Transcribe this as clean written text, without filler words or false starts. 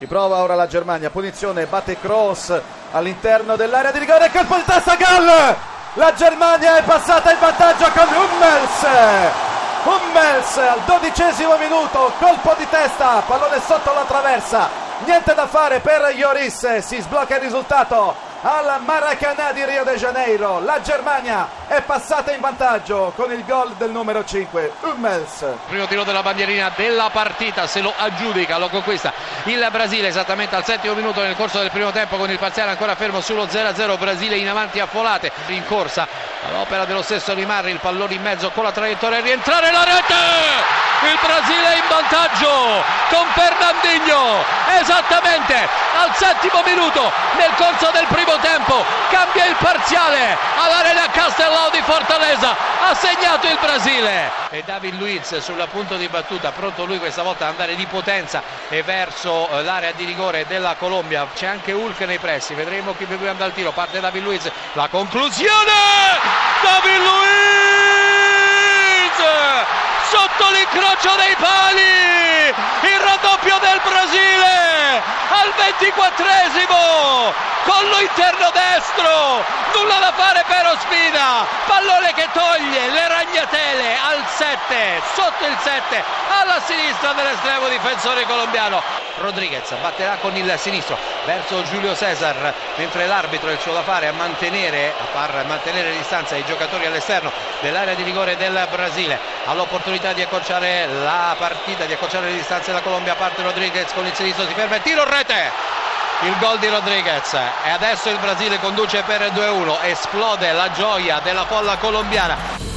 Ci prova ora la Germania, punizione, batte cross all'interno dell'area di rigore, colpo di testa, gol! La Germania è passata in vantaggio con Hummels al 12° minuto, colpo di testa, pallone sotto la traversa, niente da fare per Lloris, si sblocca il risultato al Maracanã di Rio de Janeiro. La Germania è passata in vantaggio con il gol del numero 5, Hummels. Primo tiro della bandierina della partita, se lo aggiudica, lo conquista il Brasile esattamente al 7° minuto nel corso del primo tempo, con il parziale ancora fermo sullo 0-0. Brasile in avanti a folate, in corsa all'opera dello stesso Neymar, il pallone in mezzo con la traiettoria a rientrare, la rete! Il Brasile in vantaggio con Fernandinho esattamente al 7° minuto nel corso del primo tempo, cambia il parziale all'Arena Castelao di Fortaleza, ha segnato il Brasile e David Luiz sul punto di battuta, pronto lui questa volta ad andare di potenza e verso l'area di rigore della Colombia. C'è anche Hulk nei pressi, vedremo chi andrà al tiro, parte David Luiz, la conclusione, David Luiz sotto l'incrocio dei pali, il raddoppio del Brasile al 24°, collo interno destro, nulla da fare per Ospina, pallone che toglie le ragnatele al 7, sotto il 7, alla sinistra dell'estremo difensore colombiano. Rodriguez batterà con il sinistro verso Julio César, mentre l'arbitro ha il suo da fare a far mantenere distanza ai giocatori all'esterno dell'area di rigore del Brasile. Ha l'opportunità di accorciare la partita, di accorciare le distanze della Colombia. Parte Rodriguez con il sinistro, si ferma e tiro, rete! Il gol di Rodriguez e adesso il Brasile conduce per 2-1, esplode la gioia della folla colombiana.